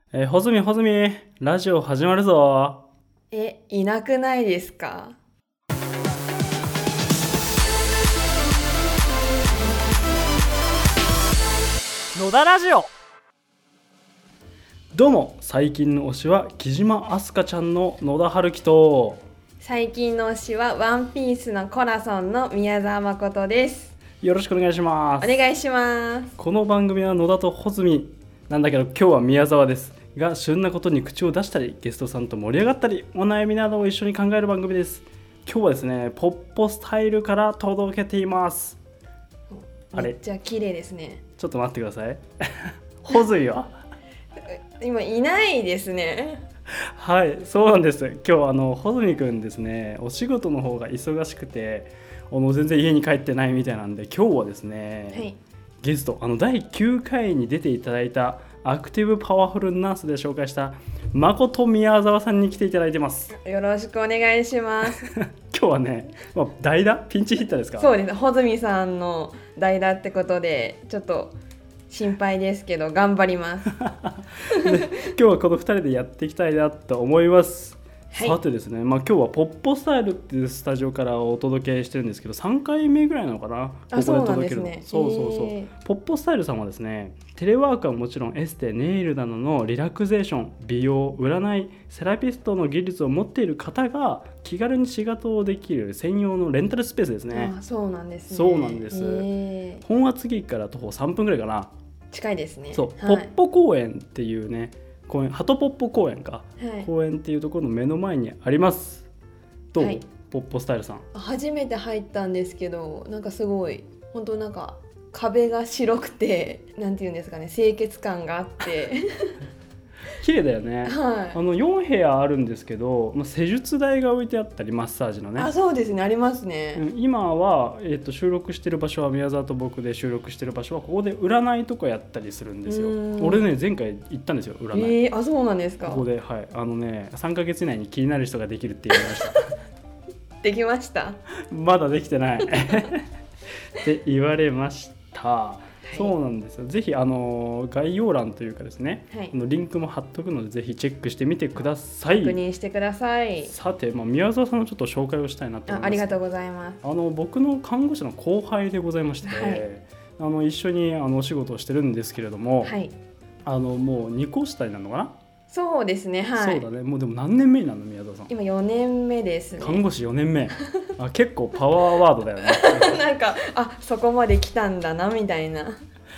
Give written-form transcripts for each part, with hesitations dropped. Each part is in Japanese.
ほずみほずみ、ラジオ始まるぞ。 いなくないですか？ 野田ラジオ。 どうも、最近の推しは木島明日香ちゃんの野田春樹と、 最近の推しはワンピースのコラソンの宮沢誠です。 よろしくお願いします。 お願いします。 この番組は野田とほずみなんだけど、今日は宮沢ですが、旬なことに口を出したり、ゲストさんと盛り上がったり、お悩みなどを一緒に考える番組です。今日はですね、ポッポスタイルから届けています。あれ、 めっちゃ綺麗ですね。 ちょっと待ってください。ほずみは今いないですね。 はい、そうなんです。今日ほずみくんですね、お仕事の方が忙しくて全然家に帰ってないみたいなんで、今日はですね、 はい、 ゲスト第9回に出ていただいたアクティブパワフルナースで紹介した誠宮沢さんに来ていただいてます。 よろしくお願いします。 今日はね、代打ピンチヒッターですか？ そうです。穂積さんの代打ってことでちょっと心配ですけど頑張ります。 で今日はこの2人でやっていきたいなと思います。はい、さてですね、今日はポッポスタイルっていうスタジオからお届けしてるんですけど、3回目ぐらいなのかな、ここで届けるの。そう、ポッポスタイルさんはですね、テレワークはもちろんエステ、ネイルなどのリラクゼーション、美容、占い、セラピストの技術を持っている方が気軽に仕事をできる専用のレンタルスペースですね。 そうなんですね。 そうなんです。本厚木駅から徒歩3分ぐらいかな。 近いですね。 そう、はい、ポッポ公園っていうね、公園、ハトポッポ公園か、はい、公園っていうところの目の前にあります。どう、はい、ポッポスタイルさん。 初めて入ったんですけど、なんかすごい本当なんか壁が白くて、なんていうんですかね、清潔感があって綺麗だよね。 はい、 4部屋あるんですけど、施術台が置いてあったり、マッサージのね。 そうですね、ありますね。 今は、収録してる場所は、宮沢と僕で収録してる場所はここで占いとかやったりするんですよ。俺ね、前回行ったんですよ、占い。 そうなんですか。 ここで、はい、3ヶ月以内に気になる人ができるって言いました。 できました？ まだできてないって言われました。そうなんですよ。ぜひ概要欄というかですね、はい、リンクも貼っとくので、ぜひチェックしてみてください。 確認してください。 さて、宮沢さんのちょっと紹介をしたいなと思います。 ありがとうございます。 僕の看護師の後輩でございまして、はい、一緒にお仕事をしてるんですけれども、はい、もう2個下になるのかな。 そうですね、はい。 そうだね。もうでも何年目になるの、宮沢さん？ 今4年目ですね。 看護師4年目。結構パワーワードだよね。 なんかそこまで来たんだなみたいな。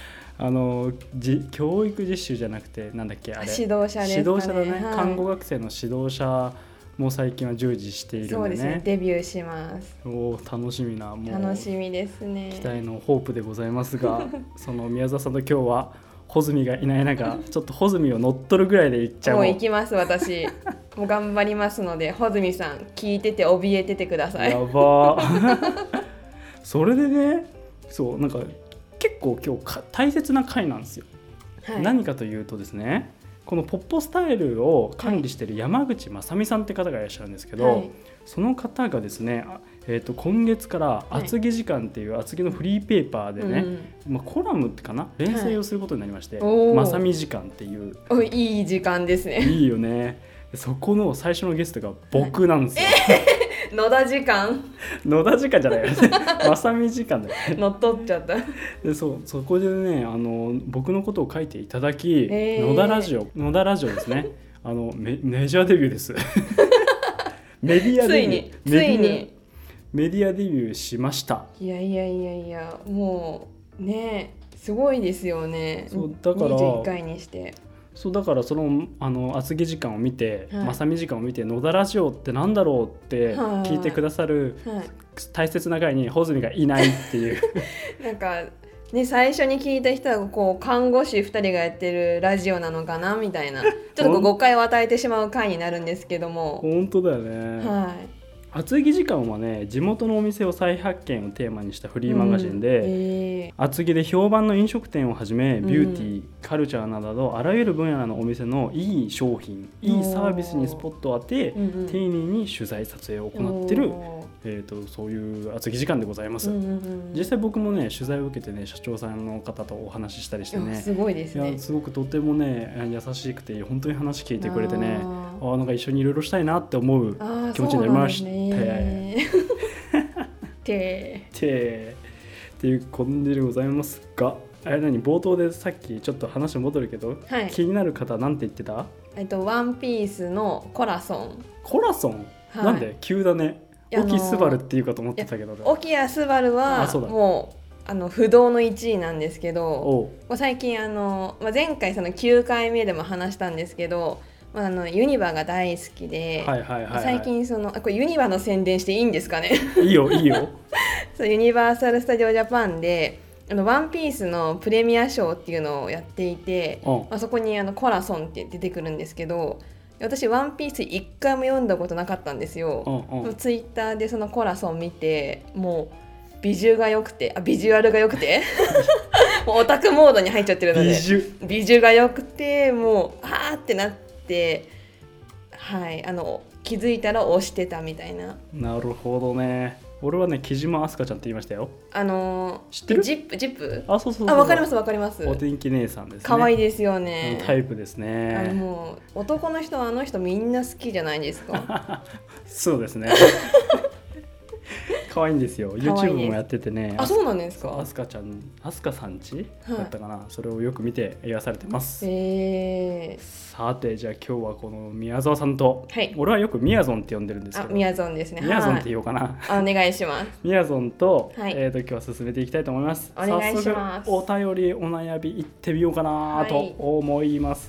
教育実習じゃなくて、なんだっけ、あれ、 指導者ですかね。 指導者だね、 はい、 看護学生の指導者も最近は従事しているんでね。 そうですね、デビューします。 楽しみな、もう楽しみですね。 期待のホープでございますがその宮沢さんと今日は穂積がいない中、ちょっと穂積を乗っ取るぐらいでいっちゃおう。 もう行きます、私もう頑張りますので、穂積さん聞いてて怯えててください。 やばそれでね、そう、なんか結構今日大切な回なんですよ、はい、何かというとですね、このポッポスタイルを管理している山口正美さんって方がいらっしゃるんですけど、はい、その方がですね、今月から厚木時間っていう厚木のフリーペーパーでね、コラムかな、連載をすることになりまして、正美時間っていう、 いい時間ですね。 いいよね。そこの最初のゲストが僕なんですよ。 野田時間野田時間じゃないよね。正美時間だよね。 乗っ取っちゃった。 で、そこでね、僕のことを書いていただき、野田ラジオですね。メジャーデビューです。メディアデビュー。 ついにメディアデビューしました。 いや、もうね、すごいですよね。 そうだから 21回にして。 そうだから、その厚木時間を見て、正美時間を見て、野田ラジオってなんだろうって聞いてくださる大切な回に穂積がいないっていうなんかね、最初に聞いた人はこう看護師2人がやってるラジオなのかなみたいな、ちょっと誤解を与えてしまう回になるんですけども。 本当だよね。 はい。 厚木時間はね、地元のお店を再発見をテーマにしたフリーマガジンで、厚木で評判の飲食店をはじめビューティー、カルチャーなどあらゆる分野のお店のいい商品、いいサービスにスポットを当て、丁寧に取材撮影を行ってる、そういう厚木時間でございます。実際僕もね取材を受けてね、社長さんの方とお話ししたりしてね、 すごいですね。 いやすごくとてもね優しくて本当に話聞いてくれてね、なんか一緒にいろいろしたいなって思う気持ちになりまして。っていう感じでございますが、あれ冒頭でさっきちょっと話戻るけど、はい、気になる方なんて言ってた？ ワンピースのコラソン。 コラソン、はい、なんで急だね。沖スバルっていうかと思ってたけど、 沖やスバルはもう不動の1位なんですけど、最近前回その9回目でも話したんですけど、ユニバが大好きで、最近これユニバの宣伝していいんですかね？ いいよいいよ。 そう、ユニバーサル・スタジオ・ジャパンでワンピースのプレミアショーっていうのをやっていて、そこにコラソンって出てくるんですけど、私ワンピース1回も読んだことなかったんですよ。ツイッターでそのコラソン見て、もうビジュアルが良くてもうオタクモードに入っちゃってるので、ビジュが良くて、もうってなって、はい、気づいたら押してたみたいな。 なるほどね。俺はね、木島明日香ちゃんって言いましたよ。 知ってる？ジップ？ そう。 わかりますわかります。 お天気姉さんですね。 可愛いですよね。 タイプですね。 もう男の人はみんな好きじゃないですか。 そうですね。可愛いんですよ。YouTube もやっててね。 そうなんですか。 明日香さんちだったかな、それをよく見て癒されてます。さて、じゃあ今日はこの宮沢さんと、俺はよくみやぞんって呼んでるんですけど、 みやぞんですね。 みやぞんって言おうかな。 お願いします。 みやぞんと、今日は進めていきたいと思います。 お願いします。 早速お便りお悩みいってみようかなと思います。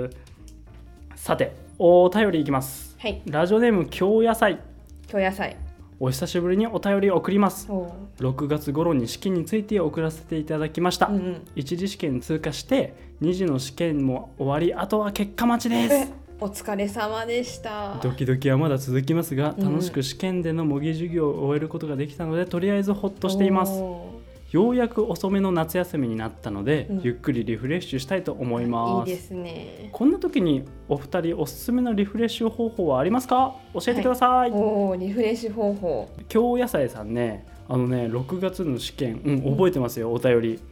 さて、お便りいきます。ラジオネーム京野菜。お久しぶりにお便りを送ります。6月頃に試験について送らせていただきました。一次試験通過して2次の試験も終わり、あとは結果待ちです。 お疲れ様でした。 ドキドキはまだ続きますが、楽しく試験での模擬授業を終えることができたので、とりあえずほっとしています。ようやく遅めの夏休みになったので、ゆっくりリフレッシュしたいと思います。 いいですね。 こんな時にお二人おすすめのリフレッシュ方法はありますか？教えてください。 リフレッシュ方法。 京野菜さんね、6月の試験、覚えてますよ。お便り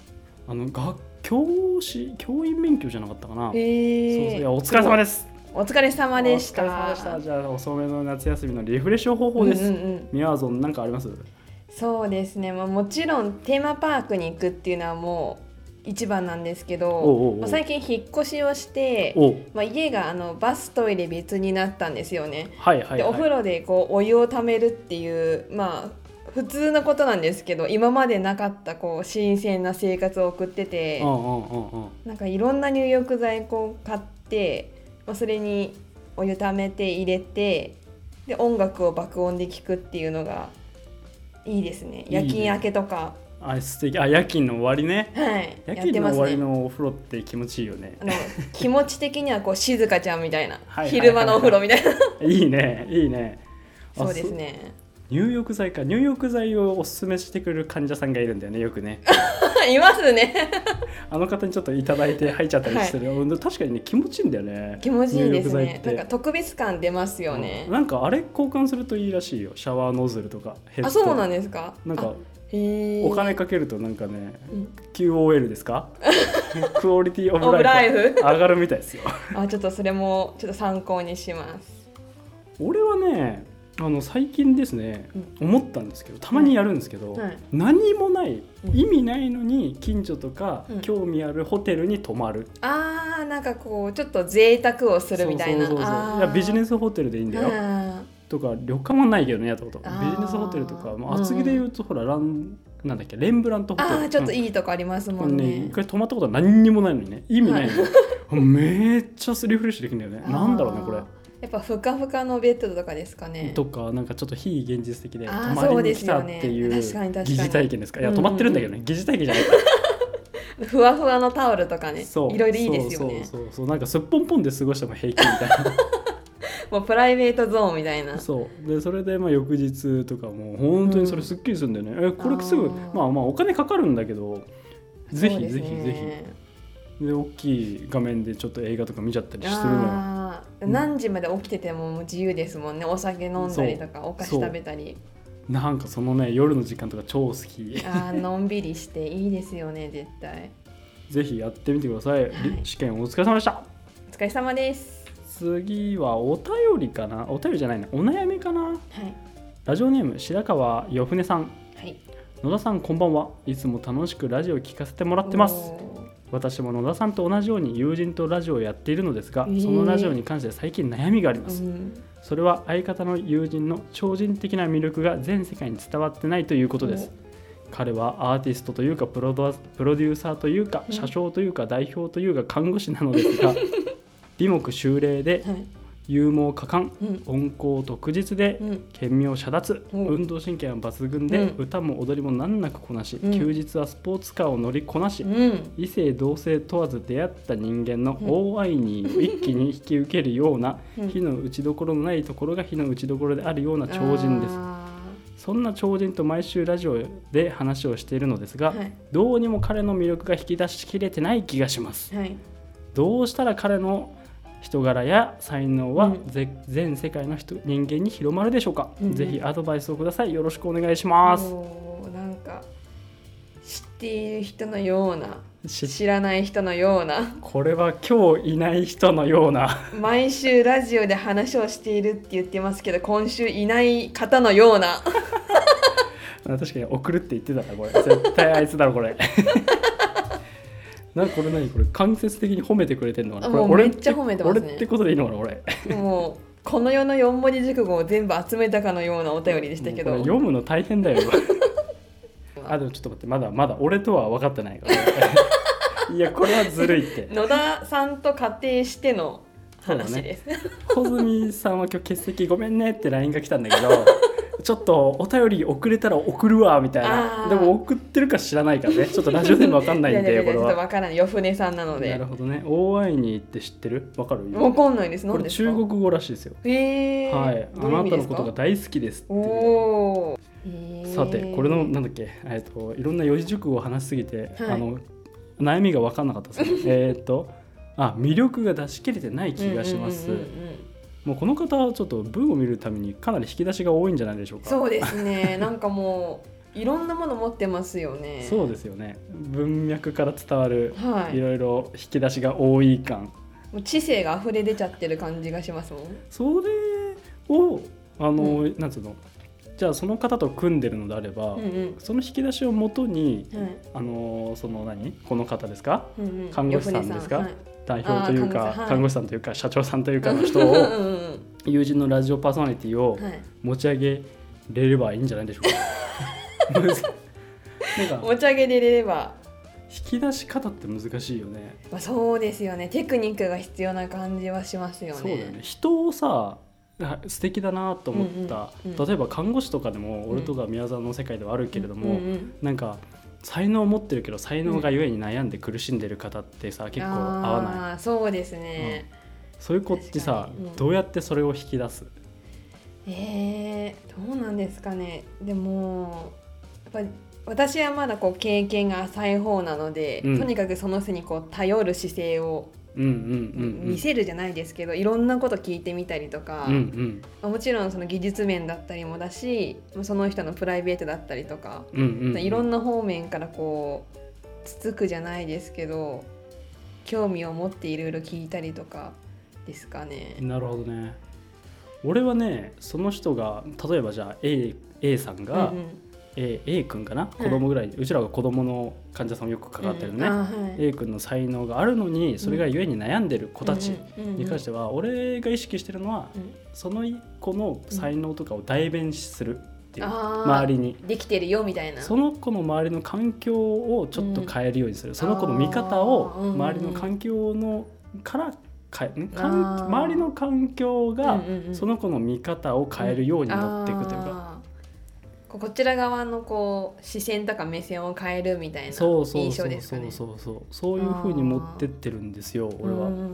教員免許じゃなかったかな。そう、いや、お疲れ様です。 お疲れ様でした。 じゃあ遅めの夏休みのリフレッシュ方法です。みやぞん、何かあります？ そうですね、もちろんテーマパークに行くっていうのはもう一番なんですけど、最近引っ越しをして、家がバストイレ別になったんですよね。で、お風呂でお湯をためるっていう、普通のことなんですけど、今までなかった新鮮な生活を送ってて、なんかいろんな入浴剤買って、それにお湯ためて入れて、で音楽を爆音で聴くっていうのがいいですね。夜勤明けとか。 素敵。夜勤の終わりね。夜勤の終わりのお風呂って気持ちいいよね。 気持ち的には静香ちゃんみたいな、昼間のお風呂みたいな。いいねいいね。 そうですね。 入浴剤をおすすめしてくれる患者さんがいるんだよね、よくね。 いますね。 あの方にちょっといただいて入っちゃったりしてる、確かにね、気持ちいいんだよね。 気持ちいいですね。なんか特別感出ますよね。 なんかあれ交換するといいらしいよ。シャワーノズルとかヘッド。 そうなんですか。 なんかお金かけるとなんかね、QOL ですか？クオリティオブライフ上がるみたいですよ。 ちょっとそれもちょっと参考にします。 俺はね、最近ですね、思ったんですけど、たまにやるんですけど、何もない意味ないのに近所とか興味あるホテルに泊まる。 なんかちょっと贅沢をするみたいな。 いや、ビジネスホテルでいいんだよ。とか旅館はないけどね、やったこと。ビジネスホテルとか、厚木でいうとほらなんだっけ、レンブラントホテル。 ちょっといいとこありますもんね。 一回泊まったことは何にもないのにね、意味ないの。めっちゃリフレッシュできるんだよね。なんだろうね、これ。 やっぱふかふかのベッドとかですかね。 とか、なんかちょっと非現実的で泊まりに来たっていう疑似体験ですか。いや、泊まってるんだけどね、疑似体験じゃないから。 ふわふわのタオルとかね、いろいろいいですよね。 そう、なんかすっぽんぽんで過ごしても平気みたいな。 もうプライベートゾーンみたいな。 そうでそれでまあ翌日とかも本当にそれすっきりするんだよね、これすぐまあお金かかるんだけど、ぜひぜひぜひで大きい画面でちょっと映画とか見ちゃったりするのよ。 何時まで起きてても自由ですもんね。お酒飲んだりとかお菓子食べたり。 なんかそのね夜の時間とか超好き。 のんびりしていいですよね絶対。 ぜひやってみてください、はい、試験お疲れ様でした。 お疲れ様です。 次はお便りかな、お便りじゃないな、お悩みかな、はい、ラジオネーム白川よふねさん、はい、野田さんこんばんは。いつも楽しくラジオを聞かせてもらってます。私も野田さんと同じように友人とラジオをやっているのですが、そのラジオに関して最近悩みがあります、それは相方の友人の超人的な魅力が全世界に伝わってないということです。彼はアーティストというかプロデューサーというか社長というか代表というか看護師なのですが美目秀麗で勇猛果敢、温厚特実で賢明遮奪、運動神経は抜群で、歌も踊りも難なくこなし、休日はスポーツカーを乗りこなし、異性同性問わず出会った人間の大愛に一気に引き受けるような、火の打ちどころのないところが火の打ちどころであるような超人です。そんな超人と毎週ラジオで話をしているのですが、どうにも彼の魅力が引き出しきれてない気がします、どうしたら彼の人柄や才能は、全世界の人間に広まるでしょうか、ぜひアドバイスをください。よろしくお願いします。 なんか知っている人のような知らない人のような、 これは今日いない人のような毎週ラジオで話をしているって言ってますけど今週いない方のような確かに送るって言ってたなこれ、絶対あいつだろこれこれ間接的に褒めてくれてるのかな。 もうめっちゃ褒めてますね。 俺ってことでいいのかなこれもうこの世の4文字熟語を全部集めたかのようなお便りでしたけど、 読むの大変だよでもちょっと待って、まだ俺とは分かってないからいやこれはずるいって野田さんと仮定しての話です、 小住さんは今日欠席ごめんねって LINE が来たんだけどちょっとお便り送れたら送るわみたいな。でも送ってるか知らないからね、ちょっとラジオでも分かんないんでこれはちょっと分からない、よふねさんなので。 なるほどね。大愛にって知ってる？分かる？ 分かんないです。何ですか？ これ中国語らしいですよ。はい、あなたのことが大好きですって。さてこれのなんだっけ、いろんな四字熟語を話しすぎて、悩みが分かんなかったですね魅力が出し切れてない気がします。もうこの方はちょっと文を見るためにかなり引き出しが多いんじゃないでしょうか。 そうですねなんかもういろんなもの持ってますよね。 そうですよね。文脈から伝わる、いろいろ引き出しが多い感、 もう知性が溢れ出ちゃってる感じがしますもん。 それをなんつうの、じゃあその方と組んでるのであれば、その引き出しをもとに、この方ですか、看護師さんですか、代表というか、看護師さんというか社長さんというかの人を友人のラジオパーソナリティを持ち上げれればいいんじゃないでしょうか持ち上げれれば。 引き出し方って難しいよね。 そうですよね。テクニックが必要な感じはしますよね。 そうだよね。人をさ素敵だなと思った、例えば看護師とかでも、俺とか宮沢の世界ではあるけれども、なんか才能を持ってるけど才能がゆえに悩んで苦しんでる方ってさ、結構合わない？ そうですね、 そういう子ってさ、どうやってそれを引き出す？ どうなんですかね。でもやっぱ私はまだ経験が浅い方なので、とにかくその人に頼る姿勢を見せるじゃないですけど、いろんなこと聞いてみたりとか、もちろんその技術面だったりもだし、その人のプライベートだったりとか、いろんな方面からつつくじゃないですけど、興味を持っていろいろ聞いたりとかですかね。 なるほどね。俺はね、その人が例えばじゃあ A さんが、A 君かな、子供ぐらい、うちらが子供の患者さんをよく関わってるね、A 君の才能があるのにそれがゆえに悩んでる子たちに関しては、俺が意識してるのは、その子の才能とかを代弁するっていう、周りにできてるよみたいな、 その子の周りの環境をちょっと変えるようにする、その子の見方を周りの環境のから周りの環境がその子の見方を変えるように持っていくというか、 こちら側の視線とか目線を変えるみたいな印象ですかね。 そういう風に持ってってるんですよ、俺は。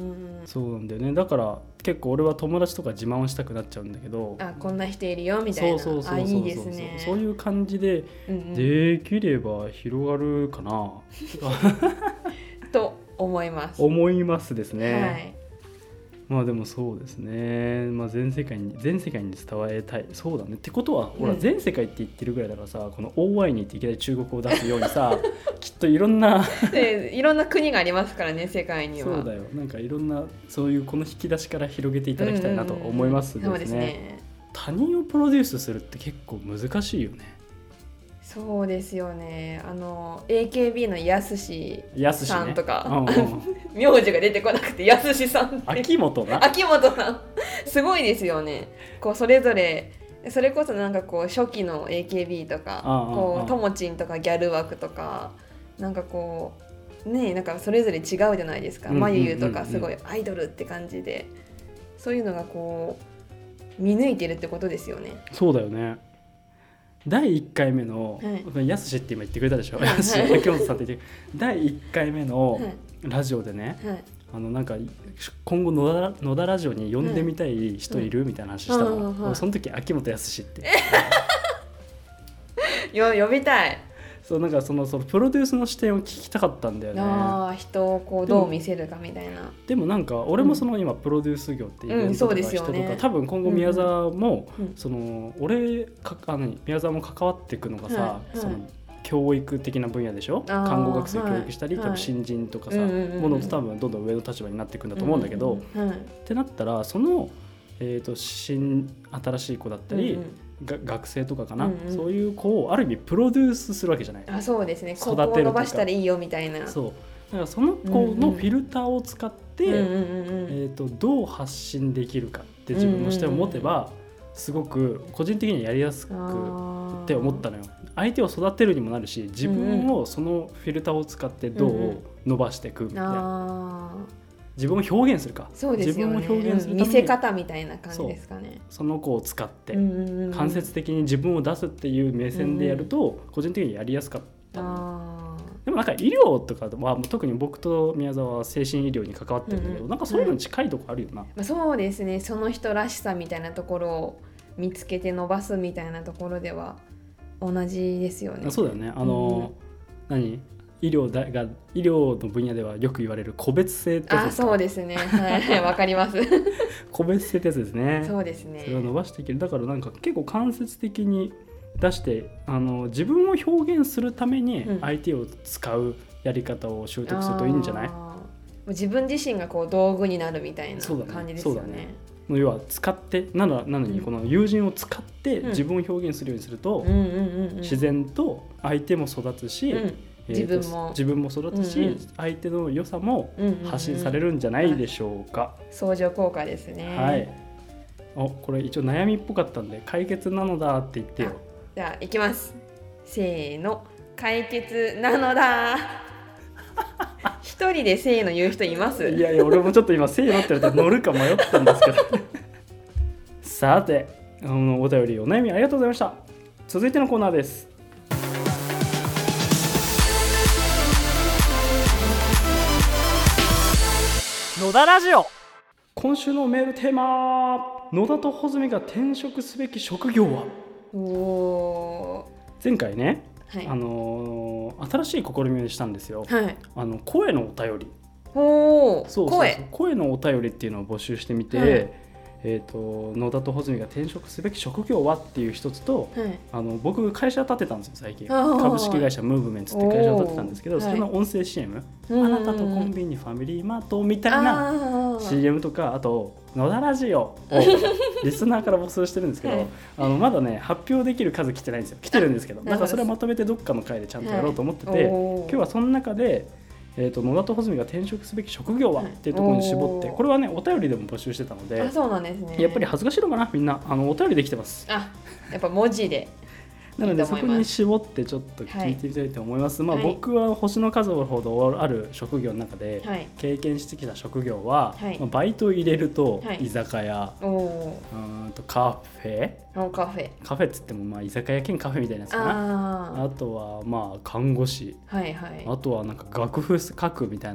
そうなんだよね。だから結構俺は友達とか自慢をしたくなっちゃうんだけど、 こんな人いるよみたいな。 そういいですね。 そういう感じで、できれば広がるかなと思います。 思いますですね。 はい。 まあでもそうですね、全世界に伝えたい。そうだね。ってことは、ほら全世界って言ってるぐらいだからさ、この OY にっていきなり中国語を出すようにさきっといろんないろんな国がありますからね、世界には。 そうだよ。なんかいろんなそういうこの引き出しから広げていただきたいなと思いますですね。 そうですね。 他人をプロデュースするって結構難しいよね。 そうですよね。AKB のやすしさんとか、名字が出てこなくてやすしさんって秋元さんすごいですよね。こうそれぞれそれこそなんかこう初期の AKB とかこうともちんとかギャル枠とかなんかこうね、なんかそれぞれ違うじゃないですか。まゆゆとかすごいアイドルって感じで、そういうのがこう見抜いてるってことですよね。 そうだよね。第1回目の、やすしって今言ってくれたでしょ、やすし秋元さんって言って第1回目のラジオでね、なんか今後野田ラジオに呼んでみたい人いるみたいな話したの、その時秋元康って呼びたい。 そう、なんかそのプロデュースの視点を聞きたかったんだよね。 人をこうどう見せるかみたいな。 でもなんか俺も今プロデュース業ってイベントとか人とか、多分今後宮沢も宮沢も関わっていくのがさ、その教育的な分野でしょ。看護学生教育したり、多分新人とかさ、ものと多分どんどん上の立場になっていくんだと思うんだけど、ってなったらその新しい子だったり、学生とかかな、そういう子をある意味プロデュースするわけじゃない。 そうですね。ここを伸ばしたらいいよみたいな。 そうだからその子のフィルターを使って、どう発信できるかって自分の視点を持てば、すごく個人的にはやりやすくって思ったのよ。相手を育てるにもなるし、自分をそのフィルターを使ってどう伸ばしていくみたいな、自分を表現するか。 そうですよね。 自分を表現するために見せ方みたいな感じですかね。 その子を使って間接的に自分を出すっていう目線でやると個人的にやりやすかった。でもなんか医療とかは特に僕と宮沢は精神医療に関わってるんだけど、なんかそういうのに近いとこあるよな。 そうですね。その人らしさみたいなところを見つけて伸ばすみたいなところでは同じですよね。 そうだよね。医療の分野ではよく言われる個別性ってやつですか。 そうですね。はい、わかります。 個別性ってやつですね。 そうですね。 それを伸ばしていける。だからなんか結構間接的に出して自分を表現するために相手を使うやり方を習得するといいんじゃない？ 自分自身がこう道具になるみたいな感じですよね。 要は使ってなのにこの友人を使って自分を表現するようにすると自然と相手も育つし、自分も育つし、相手の良さも発信されるんじゃないでしょうか。 相乗効果ですね。 はい。これ一応悩みっぽかったんで解決なのだって言ってよ。 じゃあいきます。せーの、解決なのだ。一人でせーの言う人います？ いや俺もちょっと今せーのって言われて乗るか迷ったんですけどさてお便りお悩みありがとうございました。続いてのコーナーです。 野田ラジオ。 今週のメールテーマ、野田と穂積が転職すべき職業は。前回ね、新しい試みをしたんですよ。声のお便り。声のお便りっていうのを募集してみて、野田と穂積が転職すべき職業はっていう一つと、僕会社立てたんですよ最近。株式会社ムーブメンツって会社を立てたんですけど、それの音声 CM、あなたとコンビニファミリーマートみたいな CM とか、あと野田ラジオをリスナーから募集してるんですけど、まだね発表できる数来てないんですよ。来てるんですけど、だからそれをまとめてどっかの回でちゃんとやろうと思ってて、今日はその中で野田と穂積が転職すべき職業はっていうところに絞って、これはねお便りでも募集してたので、 そうなんですね。 やっぱり恥ずかしいのかな、みんなお便りできてます。 やっぱ文字でなのでそこに絞ってちょっと聞いてみたいと思います。僕は星の数ほどある職業の中で経験してきた職業は、バイトを入れると居酒屋、カフェっつっても居酒屋兼カフェみたいなやつかな。あとは看護師、あとはなんか楽譜書くみたいな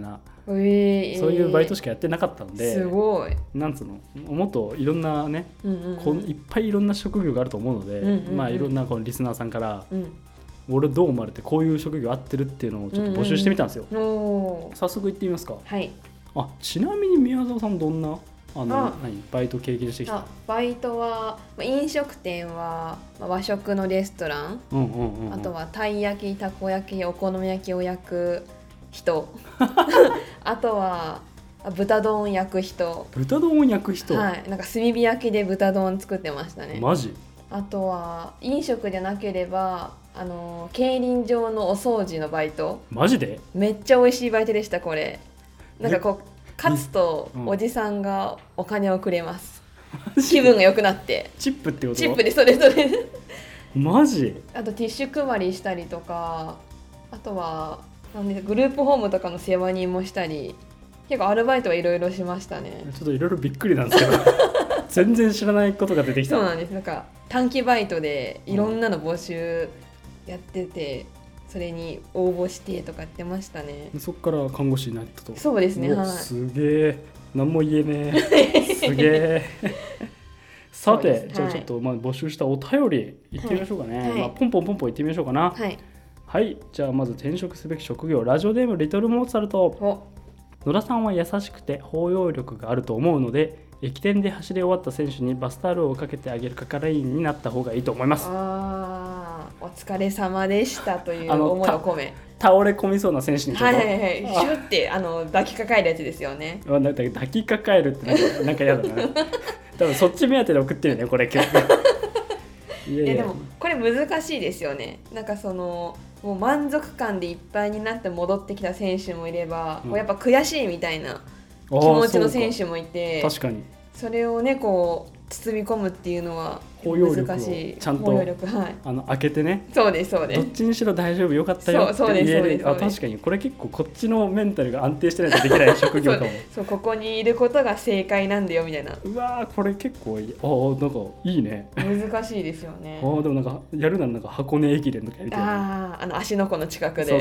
そういうバイトしかやってなかったので、 すごい、 なんつうの、もっといろんなね、いっぱいいろんな職業があると思うので、まあいろんなこのリスナーさんから、俺どう思われてこういう職業合ってるっていうのをちょっと募集してみたんですよ。早速行ってみますか。 はい。 ちなみに宮沢さんどんなバイト経験してきた？ バイトは飲食店は和食のレストラン、あとはたい焼き、たこ焼き、お好み焼きを焼く人あとは豚丼焼く人。 豚丼焼く人？ はい、なんか炭火焼きで豚丼作ってましたね。 マジ？ あとは飲食でなければ競輪場のお掃除のバイト。 マジで？ めっちゃ美味しいバイトでしたこれ。なんかこう勝つとおじさんがお金をくれます、気分が良くなって。 チップってこと？ チップでそれマジ？ あとティッシュ配りしたりとか、あとはグループホームとかの世話人もしたり、結構アルバイトはいろいろしましたね。 ちょっといろいろびっくりなんですけど全然知らないことが出てきた。 そうなんです。なんか短期バイトでいろんなの募集やってて、それに応募してとかやってましたね。 そっから看護師になったと。 そうですね、はい。 すげえ、何も言えねえすげえさて、じゃあちょっと募集したお便りいってみましょうかね。ポンポンいってみましょうかな。はい、じゃあまず転職すべき職業、ラジオネームリトルモーツァルト。野田さんは優しくて包容力があると思うので、駅伝で走り終わった選手にバスタオルをかけてあげる係員になった方がいいと思います。 お疲れ様でしたという思いを込め、 倒れ込みそうな選手にシュッて抱きかかえるやつですよね。 抱きかかえるってなんか嫌だな多分そっち目当てで送ってるねこれ今日でもこれ難しいですよね。なんかもう満足感でいっぱいになって戻ってきた選手もいれば、やっぱ悔しいみたいな気持ちの選手もいて、 確かにそれをねこう包み込むっていうのは難しい。 ちゃんと開けてね。 そうですそうです。 どっちにしろ大丈夫よかったよって言える。確かにこれ結構こっちのメンタルが安定してないとできない職業かもそう、ここにいることが正解なんだよみたいな。 うわー、これ結構いい。なんかいいね。 難しいですよね。 でもなんかやるならなんか箱根駅伝とかやりたい、 芦ノ湖の近くで。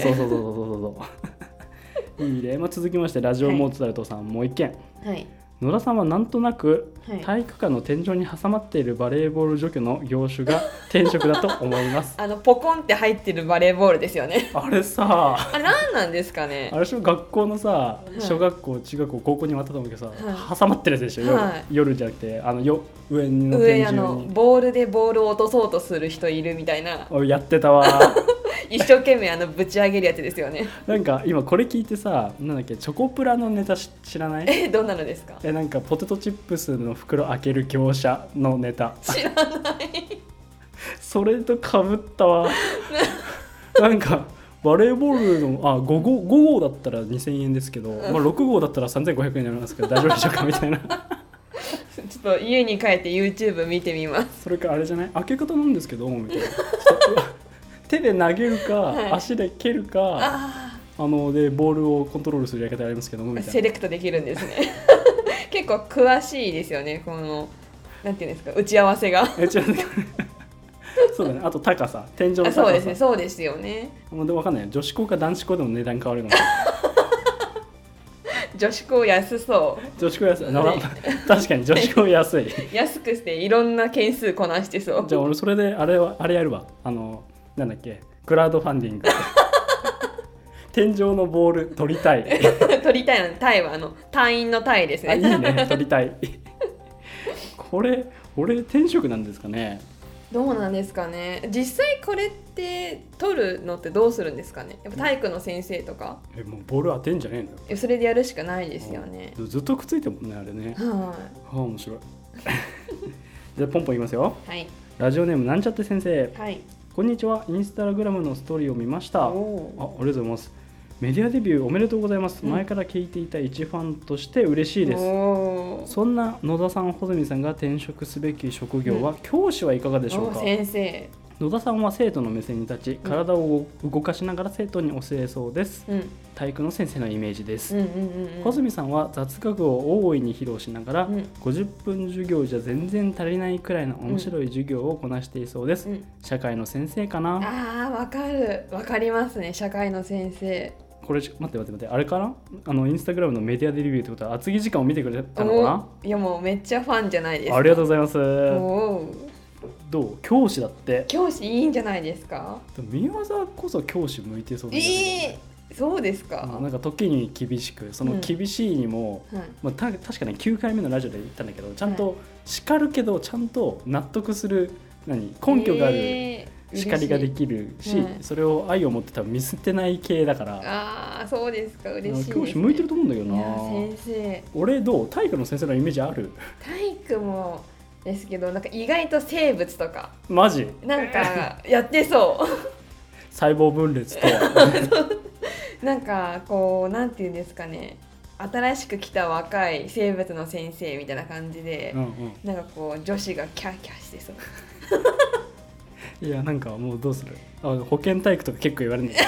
そういいね。続きましてラジオモーツァルトさん、もう一件。 はい。 野田さんはなんとなく体育館の天井に挟まっているバレーボール除去の業種が転職だと思いますポコンって入ってるバレーボールですよね。 あれさ、 あれ何なんですかね。 あれ学校のさ、小学校中学校高校にもあったと思うけどさ、挟まってるやつでしょ、夜じゃなくて上の天井にボールでボールを落とそうとする人いるみたいな。 やってたわ一生懸命ぶち上げるやつですよね。 なんか今これ聞いてさ、なんだっけ、チョコプラのネタ知らない？ どんなのですか？ なんかポテトチップスの袋開ける業者のネタ。 知らないそれとかぶったわなんかバレーボールの5号だったら2000円ですけど、6号だったら3500円になりますけど大丈夫でしょうかみたいなちょっと家に帰って YouTube 見てみます。 それからあれじゃない、開け方なんですけどみたいな手で投げるか、足で蹴るか、でボールをコントロールするやり方ありますけどみたいな。 セレクトできるんですね結構詳しいですよね、このなんていうんですか、打ち合わせがそうだね。あと高さ、天井の高さ。 そうですね、そうですよね。 で分かんないよ、女子校か男子校でも値段変わるのか女子校安そう。 女子校安い、確かに女子校安い安くしていろんな件数こなしてそう。 じゃあ俺それであれやるわ。なんだっけ、クラウドファンディング天井のボール取りたい取りたいの、タイは隊員のタイですね。 いいね、取りたいこれ俺転職なんですかね。 どうなんですかね。実際これって取るのってどうするんですかね。やっぱ体育の先生とかもうボール当てんじゃねえんだよ。 それでやるしかないですよね。 ずっとくっついてるもんね、あれね。面白いじゃあポンポン言いますよ。 はい。 ラジオネームなんちゃって先生。 はい。 こんにちは。インスタグラムのストーリーを見ました。ありがとうございます。メディアデビューおめでとうございます。前から聞いていた一ファンとして嬉しいです。そんな野田さん、穂積さんが転職すべき職業は、教師はいかがでしょうか。 先生。 野田さんは生徒の目線に立ち、体を動かしながら生徒に教えそうです。体育の先生のイメージです。穂積さんは雑学を大いに披露しながら、50分授業じゃ全然足りないくらいの面白い授業をこなしていそうです。社会の先生かな。 わかりますね、社会の先生。 これ待ってあれかな、インスタグラムのメディアでレビューってことは厚木時間を見てくれたのかな。 いやもうめっちゃファンじゃないですか。 ありがとうございます。 おどう、教師だって。 教師いいんじゃないですか。 宮沢こそ教師向いてそうだね。 そうですか。 なんか時に厳しく、その厳しいにも、まあ、確かに9回目のラジオで言ったんだけど、ちゃんと叱るけどちゃんと納得する根拠がある叱りができるし、それを愛を持って多分見捨てない系だから。 ああそうですか、嬉しいですね。 教師向いてると思うんだけどな。 先生、 俺どう、体育の先生のイメージある？ 体育もですけど、なんか意外と生物とかマジなんかやってそう細胞分裂となんかこうなんていうんですかね、新しく来た若い生物の先生みたいな感じで、なんかこう女子がキャーキャーしてそういやなんかもうどうする、保健体育とか結構言われるんだ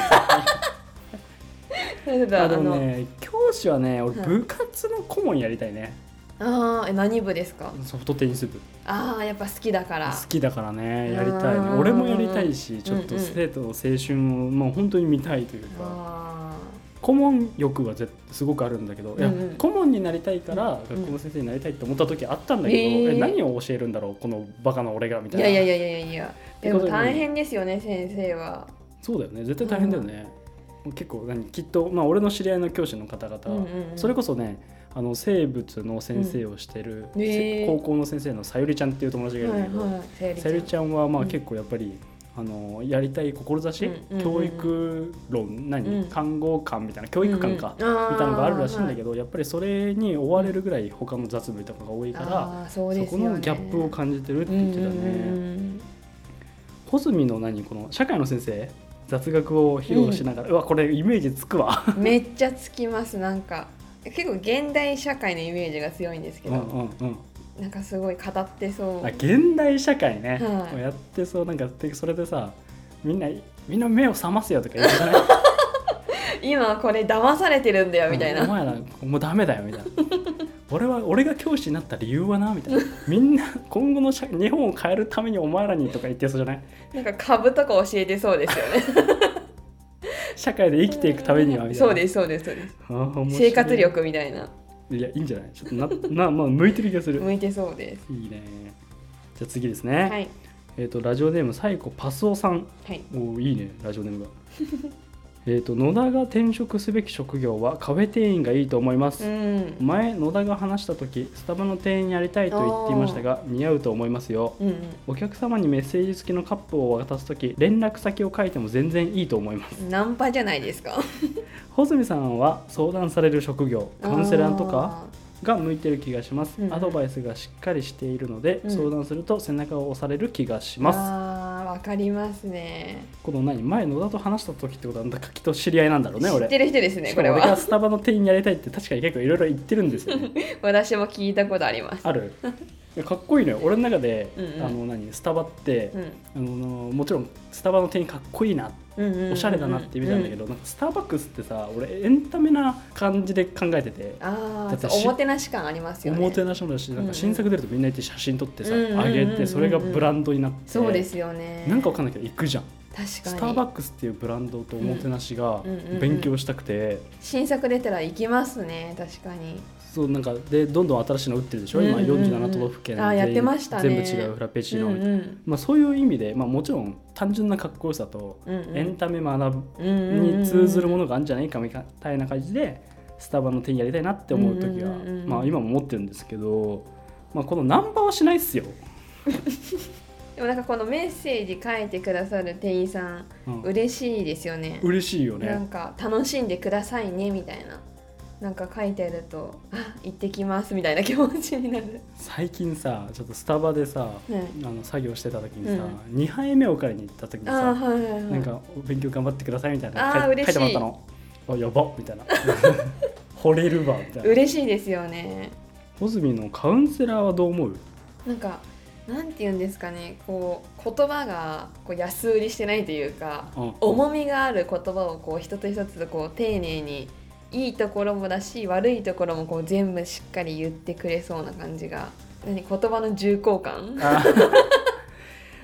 けどでもね、教師はね、俺部活の顧問やりたいね。 何部ですか？ ソフトテニス部。 やっぱ好きだから。 好きだからね、やりたいね。俺もやりたいし、ちょっと生徒の青春をもう本当に見たいというか、顧問欲はすごくあるんだけど、いや顧問になりたいから学校の先生になりたいって思った時あったんだけど、何を教えるんだろうこのバカな俺がみたいな。 いやでも大変ですよね、先生は。 そうだよね、絶対大変だよね。結構きっと、まあ、俺の知り合いの教師の方々、それこそね、生物の先生をしてる、高校の先生のさゆりちゃんっていう友達がいるんだけど、さゆりちゃんはまあ結構やっぱり、やりたい志、教育論、看護官みたいな、教育官か、みたいなのがあるらしいんだけど、やっぱりそれに追われるぐらい他の雑務とかが多いから、そこのギャップを感じてるって言ってたね。穂積のこの社会の先生、雑学を披露しながら、これイメージつくわめっちゃつきます。なんか結構現代社会のイメージが強いんですけど、なんかすごい語ってそう。 現代社会ね、やってそう。なんかそれでさ、みんな目を覚ますよとか言うじゃない今これ騙されてるんだよみたいな、 お前らもうダメだよみたいな俺が教師になった理由はなみたいな、みんな今後の日本を変えるためにお前らにとか言ってそうじゃない？ なんか株とか教えてそうですよね社会で生きていくためにはみたいな。 そうです生活力みたいな。 いやいいんじゃない？ちょっとまあ向いてる気がする。 向いてそうです。 いいね。じゃあ次ですね。はい。ラジオネームサイコパスオさん。はい。いいね、ラジオネームが野田が転職すべき職業はカフェ店員がいいと思います。前野田が話した時、スタバの店員やりたいと言っていましたが、似合うと思いますよ。お客様にメッセージ付きのカップを渡す時、連絡先を書いても全然いいと思います。 ナンパじゃないですか穂積さんは相談される職業、カウンセラーとかが向いてる気がします。アドバイスがしっかりしているので、相談すると背中を押される気がします。 わかりますね。 この前野田と話した時ってことはきっと知り合いなんだろうね。 知ってる人ですね。これは俺がスタバの店員やりたいって確かに結構いろいろ言ってるんですよね私も聞いたことあります。 あるかっこいいのよ俺の中で。スタバって、もちろんスタバの店員かっこいいな、おしゃれだなって意味なんだけど、なんかスターバックスってさ、俺エンタメな感じで考えてて、 だっておもてなし感ありますよね。 おもてなしもだし、なんか新作出るとみんな行って写真撮ってさ、あげて、それがブランドになって、 そうですよね。 なんかわかんないけど行くじゃん。 確かにスターバックスっていうブランドとおもてなしが勉強したくて、 新作出たら行きますね。確かに。 そうなんかでどんどん新しいの売ってるでしょ、今47都道府県やってましたね、 全部違うフラペチーノ、そういう意味で、もちろん単純なかっこよさとエンタメ学ぶに通ずるものがあるんじゃないかみたいな感じでスタバの店員やりたいなって思う時は、今も思ってるんですけど、このナンパはしないっすよでもなんかこのメッセージ書いてくださる店員さん、嬉しいですよね。 嬉しいよね。 なんか楽しんでくださいねみたいな、なんか書いてあると、行ってきますみたいな気持ちになる。 最近さ、ちょっとスタバでさ、作業してた時にさ、2杯目を借りに行った時にさ、なんか勉強頑張ってくださいみたいな書いてもらったの。やばみたいな惚れるわみたいな。 嬉しいですよね。 穂積のカウンセラーはどう思う？ なんかなんて言うんですかね、こう言葉がこう安売りしてないというか、重みがある言葉をこう一つ一つこう丁寧に、いいところもだし悪いところもこう全部しっかり言ってくれそうな感じが、言葉の重厚感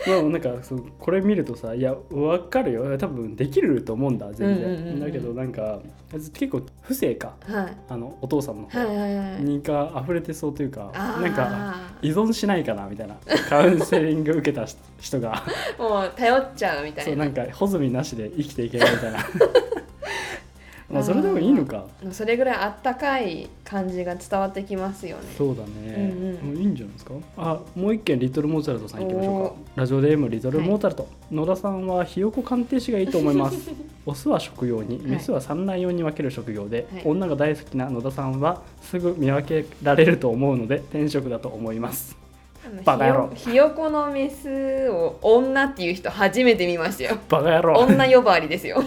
なんかこれ見るとさ、いや分かるよ、多分できると思うんだ全然、だけどなんか結構不正か、はい、お父さんの方にが溢れてそうというか、なんか依存しないかなみたいな、カウンセリング受けた人がもう頼っちゃうみたいな、 そうなんか穂積なしで生きていけるみたいなまあそれでもいいのか。 それぐらいあったかい感じが伝わってきますよね。 そうだね、いいんじゃないですか。もう一件リトルモーツァルトさんいきましょうか。ラジオネームリトルモーツァルト、野田さんはひよこ鑑定士がいいと思いますオスは食用に、メスは産卵用に分ける職業で、女が大好きな野田さんはすぐ見分けられると思うので転職だと思います。バカ野郎。 ひよこのメスを女っていう人初めて見ましたよ。 バカ野郎。 女呼ばわりですよ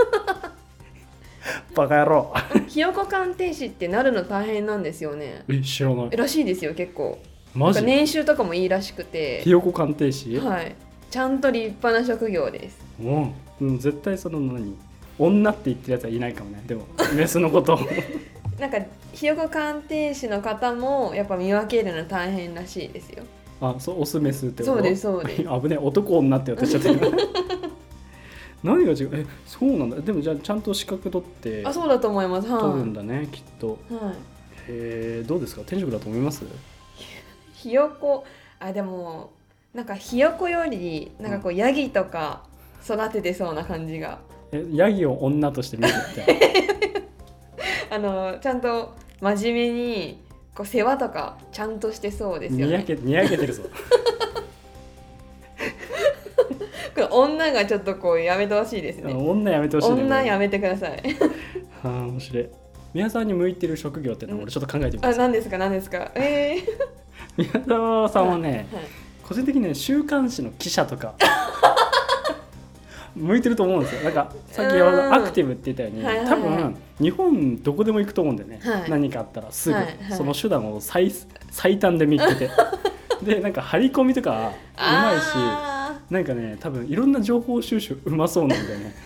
バカ野郎。 ひよこ鑑定士ってなるの大変なんですよね。 知らない。 らしいですよ結構。 マジ？ なんか年収とかもいいらしくて。 ひよこ鑑定士？ はい。ちゃんと立派な職業です。 絶対その女って言ってるやつはいないかもね。でもメスのことなんかひよこ鑑定士の方もやっぱ見分けるの大変らしいですよ。 そう、オスメスってこと？ そうですそうです。 危ねえ、男女って私ちゃってる何が違う？そうなんだ。でもじゃあちゃんと資格取って。 そうだと思います。 取るんだね、きっと。はい。どうですか？転職だと思います？ ひよこ、でもなんかひよこよりなんかこうヤギとか育ててそうな感じが。 ヤギを女として見るってちゃんと真面目にこう世話とかちゃんとしてそうですよね。 にやけてるぞ女がちょっとこうやめてほしいですね。 女やめてほしいね。 女やめてください面白い。宮沢に向いてる職業ってのを俺ちょっと考えてみます。 何ですか何ですか。 宮沢さんはね、個人的にね週刊誌の記者とか向いてると思うんですよ。なんかさっきアクティブって言ったように、多分日本どこでも行くと思うんだよね、何かあったらすぐ、その手段を最短で見つけてでなんか張り込みとかうまいし、なんかね多分いろんな情報収集うまそうなんだよね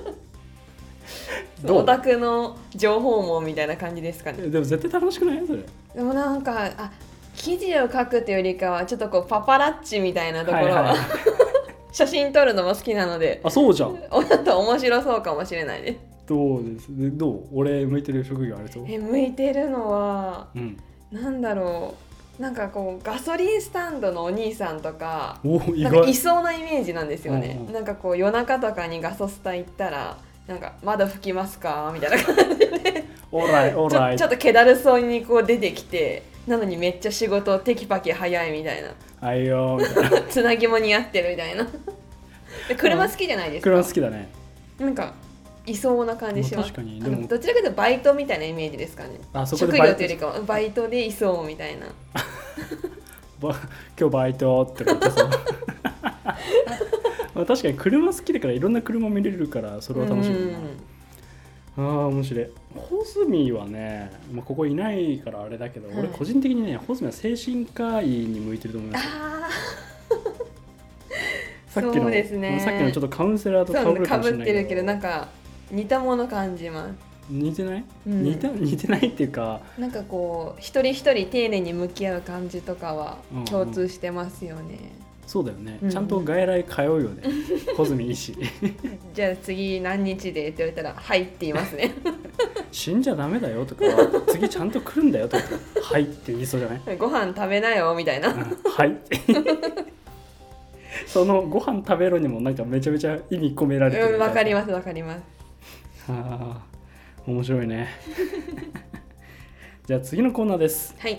オタクの情報網みたいな感じですかね。 でも絶対楽しくない？それでもなんか記事を書くっていうよりかはちょっとこうパパラッチみたいなところは、写真撮るのも好きなので。 そうじゃん。 だと面白そうかもしれないです。 どうです？どう？俺向いてる職業あると？ 向いてるのは、なんだろう、なんかこうガソリンスタンドのお兄さんとか、なんかいそうなイメージなんですよね。なんかこう夜中とかにガソスタ行ったらなんか窓拭きますかみたいな感じでオーライオーライちょっと気だるそうにこう出てきて、なのにめっちゃ仕事テキパキ早いみたいな、 はいよみたいなつなぎも似合ってるみたいなで車好きじゃないですか。 車好きだね。 なんかいそうな感じします。 確かに。でもどちらかというとバイトみたいなイメージですかね。職業というよりかはバイトでいそうみたいな今日バイトって言ってさ確かに車好きだからいろんな車見れるからそれは楽しみだな。面白い。ホズミはね、ここいないからあれだけど、俺個人的にねホズミは精神科医に向いてると思いますよ。さっきのちょっとカウンセラーとかぶるかもしれないけど、 被ってるけどなんか似たもの感じます。 似てない？似てないっていうか、 なんかこう一人一人丁寧に向き合う感じとかは共通してますよね。 そうだよね、ちゃんと外来通うよねホズミ医師じゃあ次何日でって言われたらはいって言いますね死んじゃダメだよとか次ちゃんと来るんだよとかはいって言いそうじゃない？ ご飯食べなよみたいな、 はいそのご飯食べろにもなんかめちゃめちゃ意味込められてる。 わかりますわかります。 面白いねじゃあ次のコーナーです。 はい。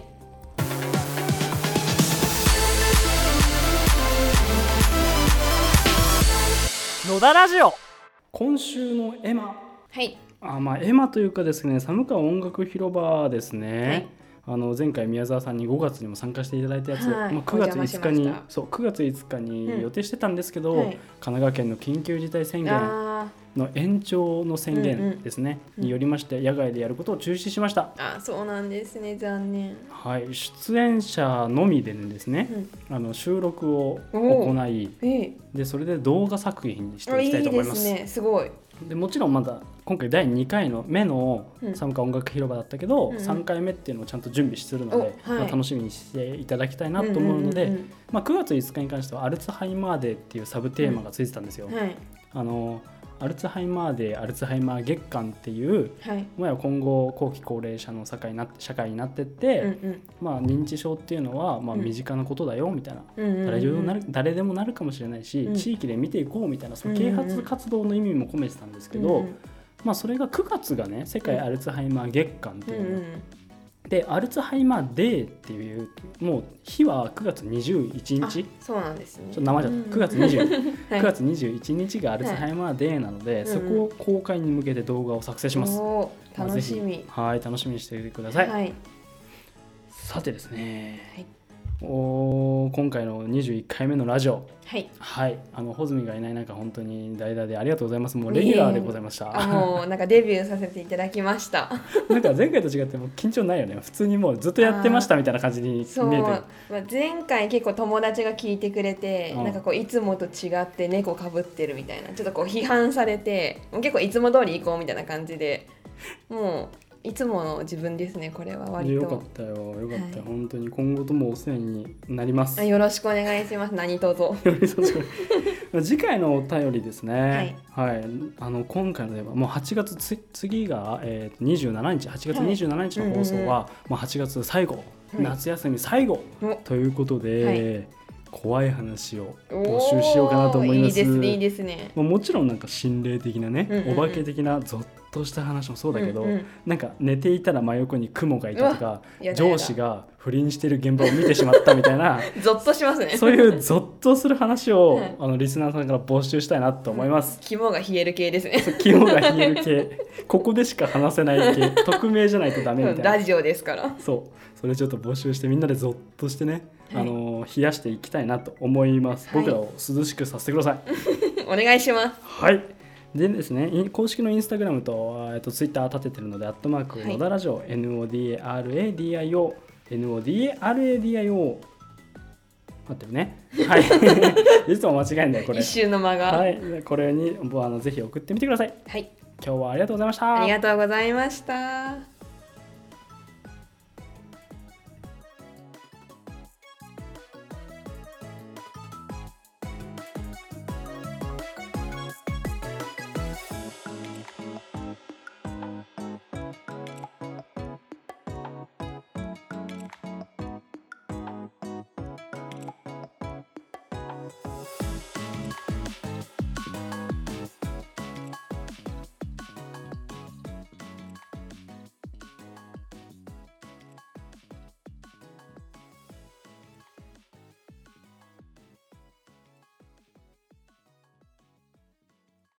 野田ラジオ。 今週のエマ。 はい。 エマというかですね、寒川音楽広場ですね、はい、前回宮沢さんに5月にも参加していただいたやつ、9月5日に9月5日に予定してたんですけど、神奈川県の緊急事態宣言の延長の宣言ですね、によりまして野外でやることを中止しました。 そうなんですね、残念。 はい、出演者のみでですね、収録を行い、でそれで動画作品にしていきたいと思います。 いいですね、すごい。 でもちろんまだ今回第2回の目の寒川音楽広場だったけど、3回目っていうのをちゃんと準備するので、楽しみにしていただきたいなと思うので、9月5日に関してはアルツハイマーデーっていうサブテーマがついてたんですよ。アルツハイマーデー、アルツハイマー月間っていう、今後後期高齢者の社会になってって、認知症っていうのは身近なことだよみたいな、誰でもなるかもしれないし、地域で見ていこうみたいな、その啓発活動の意味も込めてたんですけど、それが9月がね、世界アルツハイマー月間っていうので、アルツハイマーデーっていうもう日は9月21日。 そうなんですね。 ちょっと生じゃった。9月21日がアルツハイマーデーなので、そこを公開に向けて動画を作成します。 楽しみ。 楽しみにしていてください。さてですね。今回の21回目のラジオ、穂積がいない中本当に代打でありがとうございます。もうレギュラーでございました。 もうなんかデビューさせていただきました。 なんか前回と違っても緊張ないよね。普通にもうずっとやってましたみたいな感じに見えてる。 前回結構友達が聞いてくれて、なんかこういつもと違って猫かぶってるみたいな、ちょっとこう批判されて、結構いつも通り行こうみたいな感じで、もういつもの自分ですね。これは割とよかったよ、本当に今後ともお世話になります。 よろしくお願いします。何卒次回のお便りですね。今回のではもう8月次が27日、8月27日の放送はもう8月最後、夏休み最後ということで、怖い話を募集しようかなと思います。 いいですね。 もちろんなんか心霊的なね、お化け的なゾッとした話もそうだけど、なんか寝ていたら真横に雲がいたとか、上司が不倫してる現場を見てしまったみたいなゾッとしますね。 そういうゾッとする話をリスナーさんから募集したいなと思います。 肝が冷える系ですね。 肝が冷える系、ここでしか話せない系、匿名じゃないとダメみたいな。 ラジオですから。 それちょっと募集してみんなでゾッとしてね、冷やしていきたいなと思います。僕らを涼しくさせてください。 お願いします。 でですね、公式のインスタグラムとツイッター立ててるので、@野田ラジオ、NODARADIO 待ってるね。いつも間違えんだよこれ。 一瞬の間が。 これにぜひ送ってみてください。今日はありがとうございました。 ありがとうございました。